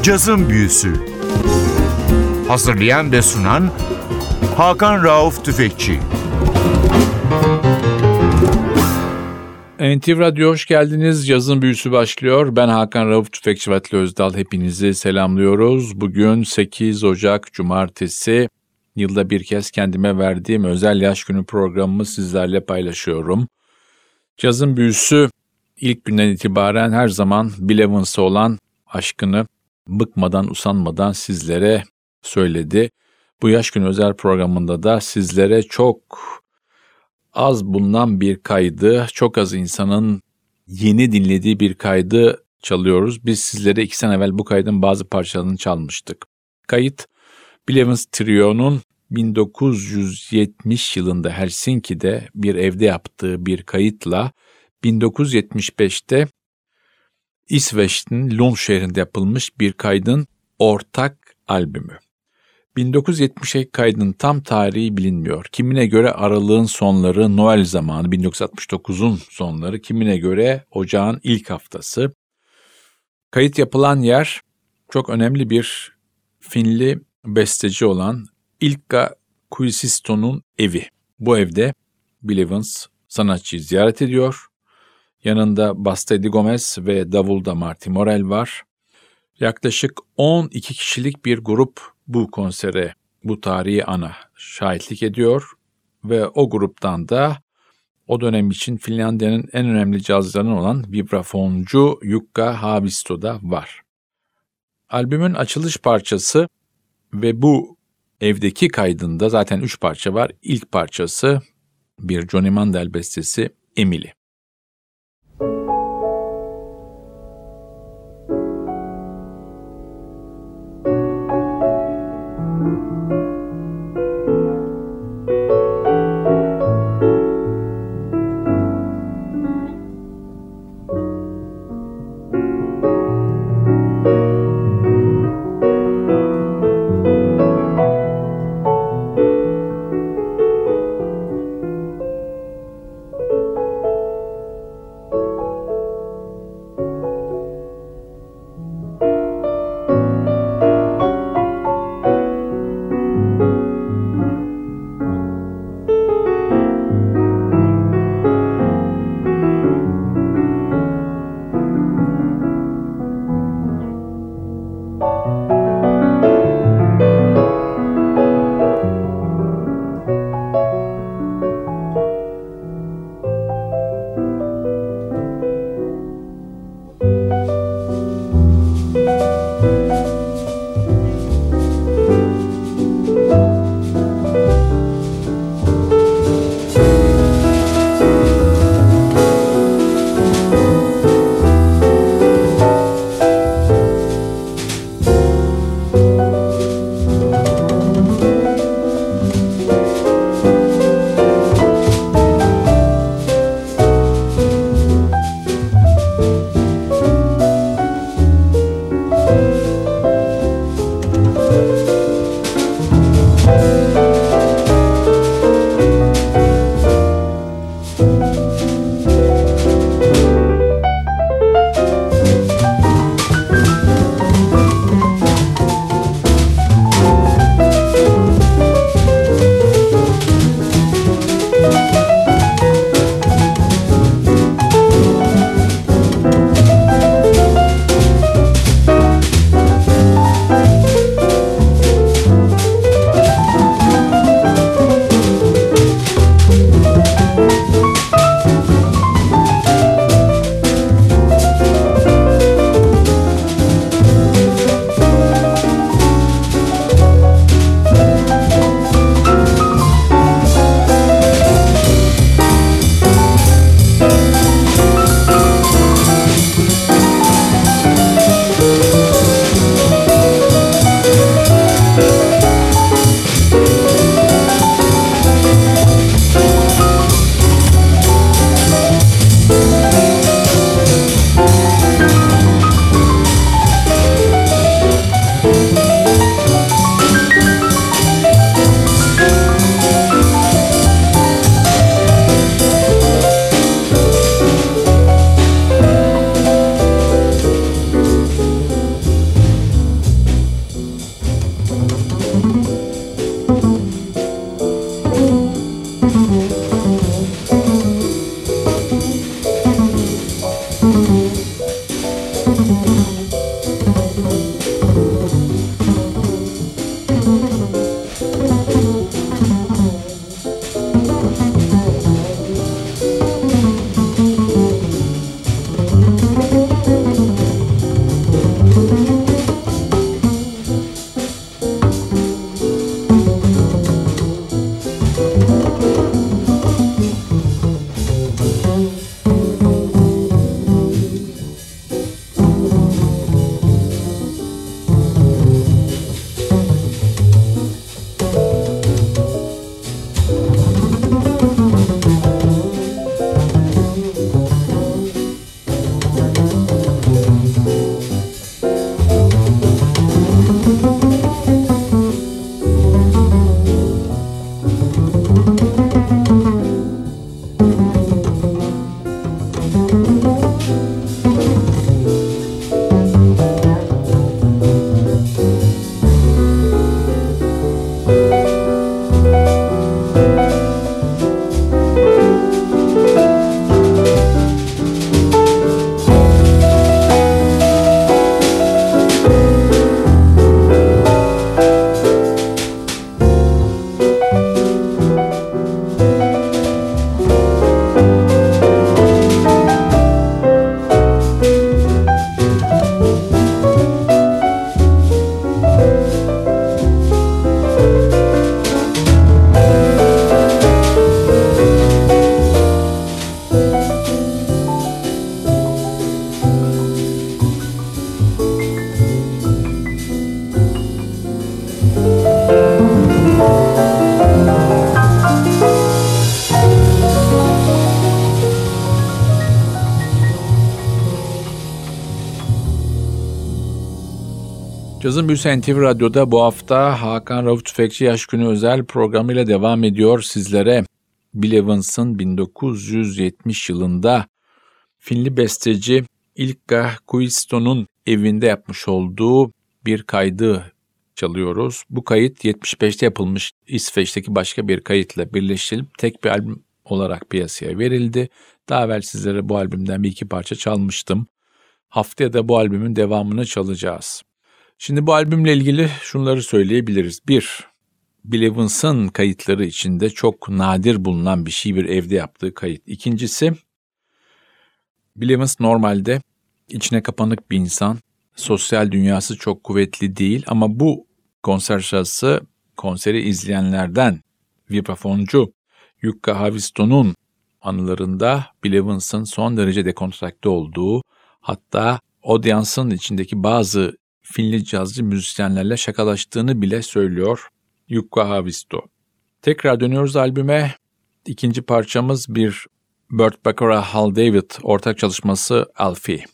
Cazın Büyüsü. Hazırlayan ve sunan Hakan Rauf Tüfekçi. NTV Radyo hoş geldiniz. Cazın Büyüsü başlıyor. Ben Hakan Rauf Tüfekçi ve Atli Özdal. Hepinizi selamlıyoruz. Bugün 8 Ocak Cumartesi. Yılda bir kez kendime verdiğim özel yaş günü programımı sizlerle paylaşıyorum. Cazın Büyüsü ilk günden itibaren her zaman Bill Evans'a olan aşkını bıkmadan, usanmadan sizlere söyledi. Bu yaş günü özel programında da sizlere çok az bulunan bir kaydı, çok az insanın yeni dinlediği bir kaydı çalıyoruz. Biz sizlere 2 sene evvel bu kaydın bazı parçalarını çalmıştık. Kayıt, Bill Evans Trio'nun 1970 yılında Helsinki'de bir evde yaptığı bir kayıtla 1975'te İsveç'in Lund şehrinde yapılmış bir kaydın ortak albümü. 1970'e kaydın tam tarihi bilinmiyor. Kimine göre aralığın sonları, Noel zamanı, 1969'un sonları, kimine göre ocağın ilk haftası. Kayıt yapılan yer çok önemli bir Finli besteci olan Ilkka Kuisisto'nun evi. Bu evde Bill Evans sanatçıyı ziyaret ediyor. Yanında basta Eddie Gomez ve davulda Marty Morell var. Yaklaşık 12 kişilik bir grup bu konsere, bu tarihi ana şahitlik ediyor ve o gruptan da o dönem için Finlandiya'nın en önemli cazlarından olan vibrafoncu Jukka Haavisto da var. Albümün açılış parçası ve bu evdeki kaydında zaten 3 parça var. İlk parçası bir Johnny Mandel bestesi Emily. Cazın Büyüsü NTV Radyo'da bu hafta Hakan Rauf Tüfekçi Yaş Günü özel programıyla devam ediyor sizlere. Bill Evans'ın 1970 yılında Finli besteci Ilkka Kuisto'nun evinde yapmış olduğu bir kaydı çalıyoruz. Bu kayıt 75'te yapılmış İsveç'teki başka bir kayıtla birleştirilip tek bir albüm olarak piyasaya verildi. Daha evvel sizlere bu albümden bir iki parça çalmıştım. Haftaya da bu albümün devamını çalacağız. Şimdi bu albümle ilgili şunları söyleyebiliriz. 1. Bill Evans'ın kayıtları içinde çok nadir bulunan bir şey, bir evde yaptığı kayıt. İkincisi, Bill Evans normalde içine kapanık bir insan. Sosyal dünyası çok kuvvetli değil ama bu konser sırası konseri izleyenlerden vibrafoncu Jukka Haavisto'nun anılarında Bill Evans'ın son derece dekontrakte olduğu, hatta audiens'ın içindeki bazı Finli cazcı müzisyenlerle şakalaştığını bile söylüyor Jukka Haavisto. Tekrar dönüyoruz albüme. İkinci parçamız bir Burt Bacharach Hal David ortak çalışması Alfie.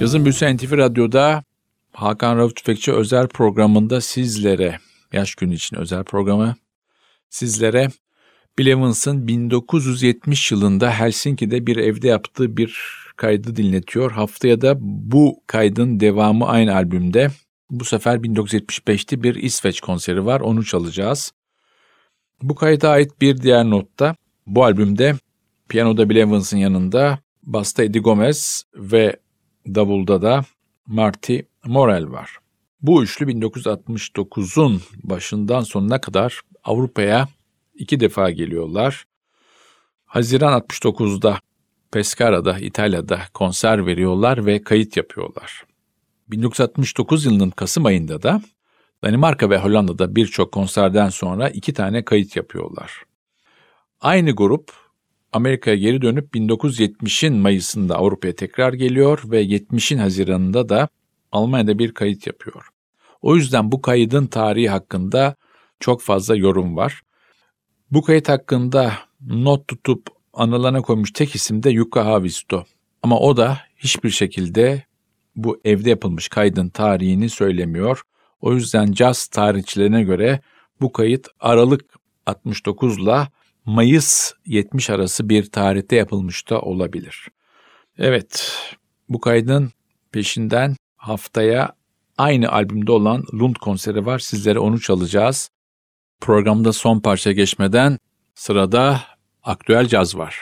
Cazın Büyüsü NTV Radyo'da Hakan Rauf Tüfekçi özel programında sizlere, yaş günü için özel programı, sizlere Bill Evans'ın 1970 yılında Helsinki'de bir evde yaptığı bir kaydı dinletiyor. Haftaya da bu kaydın devamı aynı albümde. Bu sefer 1975'te bir İsveç konseri var, onu çalacağız. Bu kayda ait bir diğer notta, bu albümde piyanoda Bill Evans'ın yanında basta Eddie Gomez ve davulda da Marty Morell var. Bu üçlü 1969'un başından sonuna kadar Avrupa'ya 2 defa geliyorlar. Haziran 69'da Pescara'da, İtalya'da konser veriyorlar ve kayıt yapıyorlar. 1969 yılının Kasım ayında da Danimarka ve Hollanda'da birçok konserden sonra 2 tane kayıt yapıyorlar. Aynı grup Amerika'ya geri dönüp 1970'in Mayıs'ında Avrupa'ya tekrar geliyor ve 70'in Haziran'ında da Almanya'da bir kayıt yapıyor. O yüzden bu kaydın tarihi hakkında çok fazla yorum var. Bu kayıt hakkında not tutup anılarına koymuş tek isim de Jukka Haavisto. Ama o da hiçbir şekilde bu evde yapılmış kaydın tarihini söylemiyor. O yüzden caz tarihçilerine göre bu kayıt Aralık 69 ile Mayıs 70 arası bir tarihte yapılmış da olabilir. Evet, bu kaydın peşinden haftaya aynı albümde olan Lund konseri var. Sizlere onu çalacağız. Programda son parça geçmeden sırada Aktüel Caz var.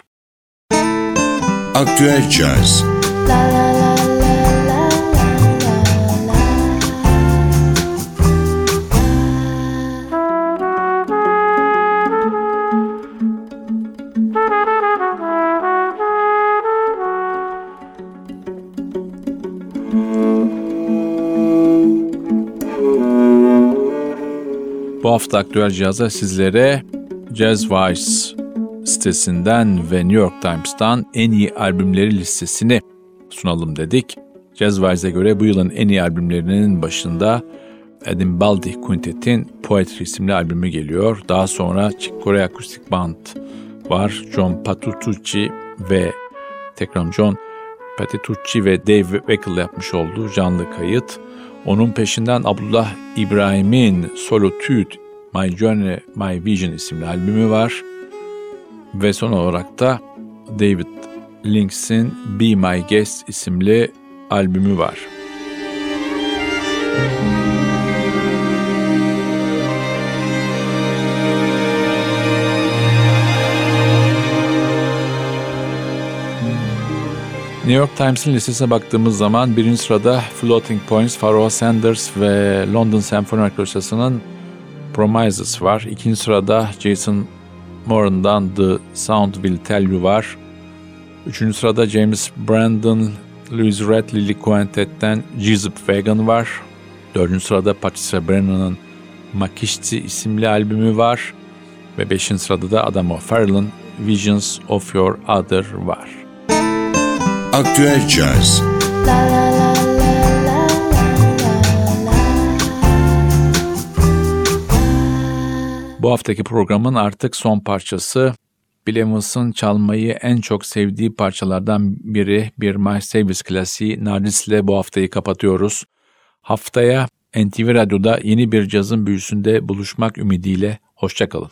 Aktüel Caz. Bu hafta Aktüel Caz'a sizlere Jazzwise sitesinden ve New York Times'tan en iyi albümleri listesini sunalım dedik. Jazzwise'e göre bu yılın en iyi albümlerinin başında Adam Baldi Quintet'in Poetry isimli albümü geliyor. Daha sonra Chick Corea Acoustic Band var. John Patitucci ve tekrar John Patitucci ve Dave Weckl yapmış olduğu canlı kayıt. Onun peşinden Abdullah İbrahim'in Solitude, My Journey, My Vision isimli albümü var. Ve son olarak da David Lynx'in Be My Guest isimli albümü var. New York Times'in listesine baktığımız zaman birinci sırada Floating Points, Pharoah Sanders ve London Symphony Orkestrası'nın Promises var. İkinci sırada Jason Moran'dan The Sound Will Tell You var. Üçüncü sırada James Brandon, Louis Red, Lily Quintet'ten Jessup Wagon var. Dördüncü sırada Patricia Brennan'ın Makishti isimli albümü var. Ve beşinci sırada da Adamo Farrell'ın Visions of Your Other var. Aktüel Caz. Bu haftaki programın artık son parçası. Bill Evans'ın çalmayı en çok sevdiği parçalardan biri, bir Miles Davis klasiği Nardis'le bu haftayı kapatıyoruz. Haftaya NTV Radyo'da yeni bir cazın büyüsünde buluşmak ümidiyle hoşça kalın.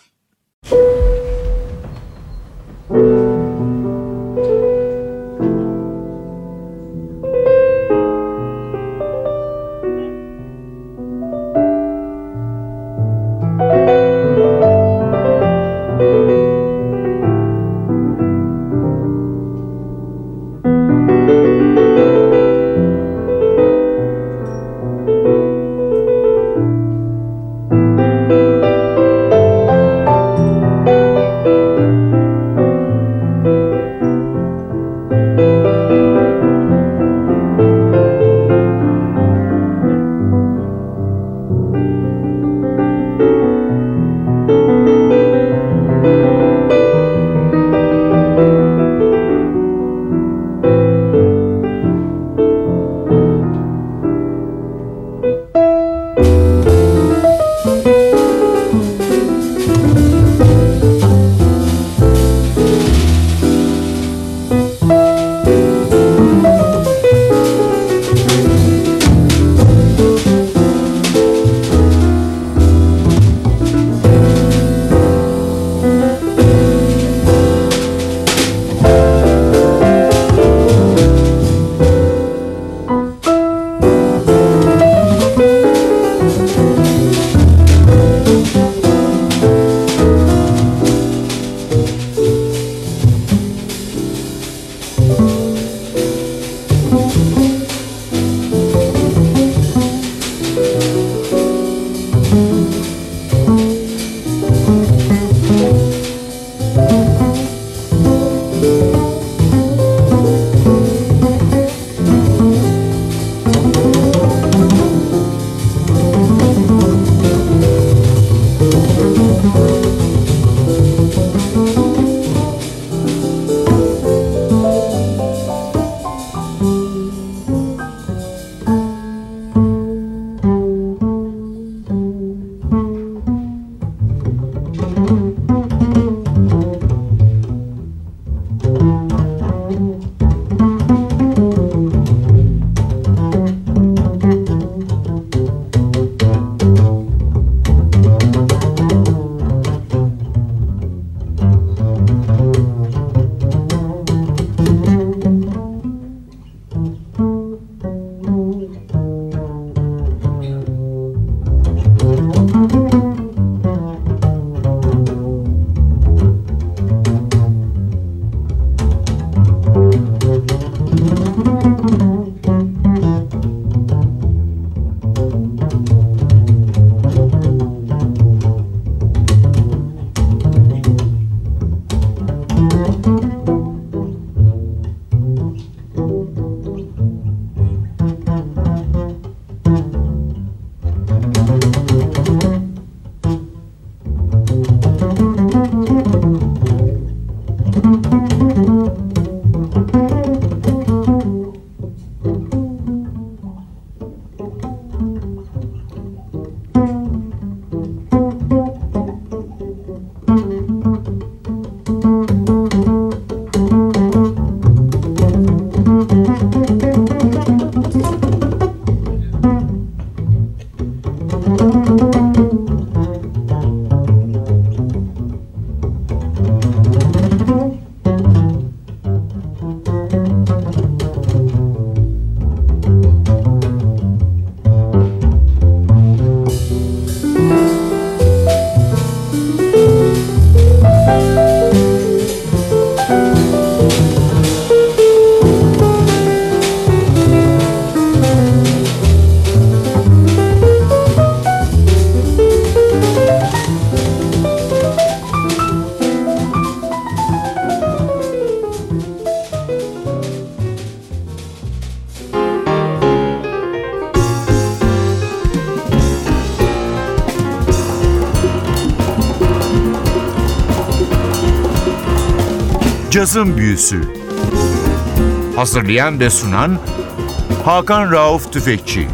Cazın Büyüsü. Hazırlayan ve sunan Hakan Rauf Tüfekçi.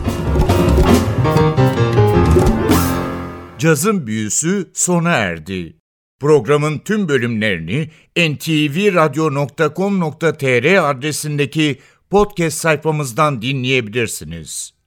Cazın Büyüsü sona erdi. Programın tüm bölümlerini ntvradio.com.tr adresindeki podcast sayfamızdan dinleyebilirsiniz.